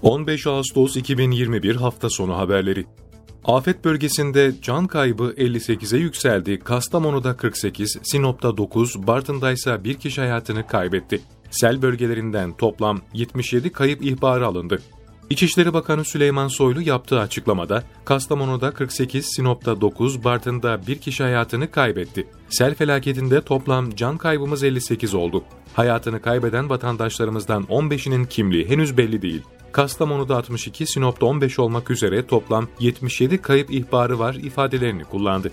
15 Ağustos 2021 hafta sonu haberleri. Afet bölgesinde can kaybı 58'e yükseldi. Kastamonu'da 48, Sinop'ta 9, Bartın'da ise bir kişi hayatını kaybetti. Sel bölgelerinden toplam 77 kayıp ihbarı alındı. İçişleri Bakanı Süleyman Soylu yaptığı açıklamada, Kastamonu'da 48, Sinop'ta 9, Bartın'da bir kişi hayatını kaybetti. Sel felaketinde toplam can kaybımız 58 oldu. Hayatını kaybeden vatandaşlarımızdan 15'inin kimliği henüz belli değil. Kastamonu'da 62, Sinop'ta 15 olmak üzere toplam 77 kayıp ihbarı var ifadelerini kullandı.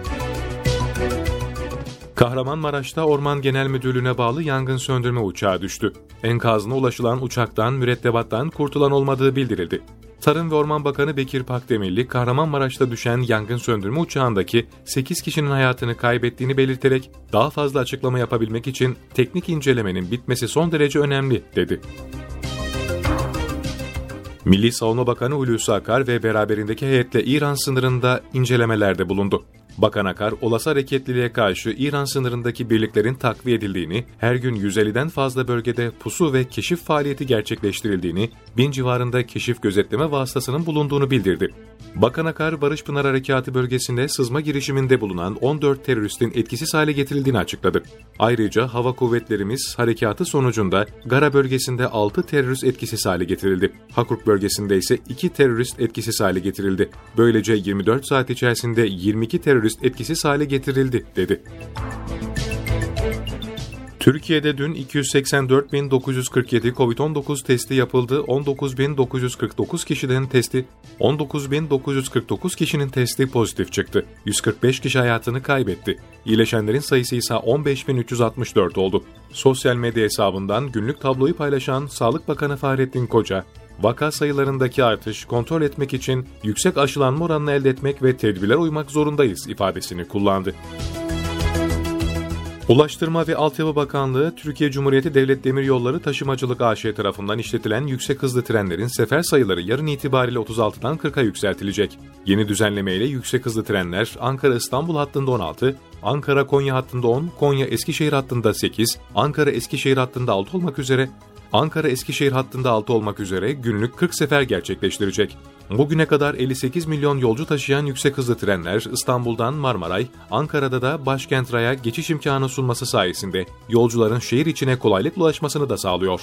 Kahramanmaraş'ta Orman Genel Müdürlüğü'ne bağlı yangın söndürme uçağı düştü. Enkazına ulaşılan uçaktan mürettebattan kurtulan olmadığı bildirildi. Tarım ve Orman Bakanı Bekir Pakdemirli, Kahramanmaraş'ta düşen yangın söndürme uçağındaki 8 kişinin hayatını kaybettiğini belirterek daha fazla açıklama yapabilmek için teknik incelemenin bitmesi son derece önemli, dedi. Milli Savunma Bakanı Hulusi Akar ve beraberindeki heyetle İran sınırında incelemelerde bulundu. Bakan Akar, olası hareketliliğe karşı İran sınırındaki birliklerin takviye edildiğini, her gün 150'den fazla bölgede pusu ve keşif faaliyeti gerçekleştirildiğini, 1000 civarında keşif gözetleme vasıtasının bulunduğunu bildirdi. Bakan Akar, Barış Pınar Harekatı bölgesinde sızma girişiminde bulunan 14 teröristin etkisiz hale getirildiğini açıkladı. Ayrıca hava kuvvetlerimiz harekatı sonucunda Gara bölgesinde 6 terörist etkisiz hale getirildi. Hakurk bölgesinde ise 2 terörist etkisiz hale getirildi. Böylece 24 saat içerisinde 22 terörist etkisiz hale getirildi, dedi. Türkiye'de dün 284.947 COVID-19 testi yapıldı. 19.949 kişinin testi pozitif çıktı. 145 kişi hayatını kaybetti. İyileşenlerin sayısı ise 15.364 oldu. Sosyal medya hesabından günlük tabloyu paylaşan Sağlık Bakanı Fahrettin Koca, vaka sayılarındaki artış kontrol etmek için yüksek aşılanma oranını elde etmek ve tedbirler uymak zorundayız ifadesini kullandı. Ulaştırma ve Altyapı Bakanlığı, Türkiye Cumhuriyeti Devlet Demiryolları Taşımacılık AŞ tarafından işletilen yüksek hızlı trenlerin sefer sayıları yarın itibariyle 36'dan 40'a yükseltilecek. Yeni düzenlemeyle yüksek hızlı trenler Ankara-İstanbul hattında 16, Ankara-Konya hattında 10, Konya-Eskişehir hattında 8, Ankara-Eskişehir hattında 6 olmak üzere günlük 40 sefer gerçekleştirecek. Bugüne kadar 58 milyon yolcu taşıyan yüksek hızlı trenler İstanbul'dan Marmaray, Ankara'da da Başkent Ray'a geçiş imkanı sunması sayesinde yolcuların şehir içine kolaylıkla ulaşmasını da sağlıyor.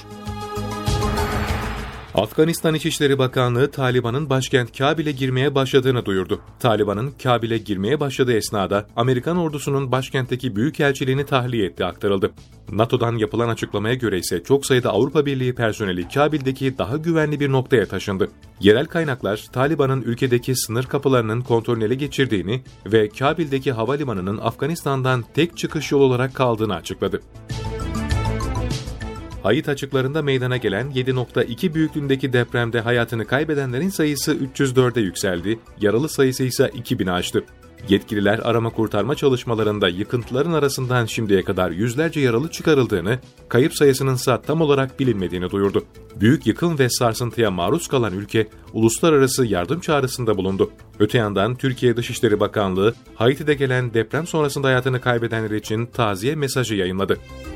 Afganistan İçişleri Bakanlığı, Taliban'ın başkent Kabil'e girmeye başladığını duyurdu. Taliban'ın Kabil'e girmeye başladığı esnada Amerikan ordusunun başkentteki büyükelçiliğini tahliye ettiği aktarıldı. NATO'dan yapılan açıklamaya göre ise çok sayıda Avrupa Birliği personeli Kabil'deki daha güvenli bir noktaya taşındı. Yerel kaynaklar, Taliban'ın ülkedeki sınır kapılarının kontrolünü ele geçirdiğini ve Kabil'deki havalimanının Afganistan'dan tek çıkış yolu olarak kaldığını açıkladı. Haiti açıklarında meydana gelen 7.2 büyüklüğündeki depremde hayatını kaybedenlerin sayısı 304'e yükseldi, yaralı sayısı ise 2000'i aştı. Yetkililer arama kurtarma çalışmalarında yıkıntıların arasından şimdiye kadar yüzlerce yaralı çıkarıldığını, kayıp sayısının ise tam olarak bilinmediğini duyurdu. Büyük yıkım ve sarsıntıya maruz kalan ülke, uluslararası yardım çağrısında bulundu. Öte yandan Türkiye Dışişleri Bakanlığı, Haiti'de gelen deprem sonrasında hayatını kaybedenler için taziye mesajı yayınladı.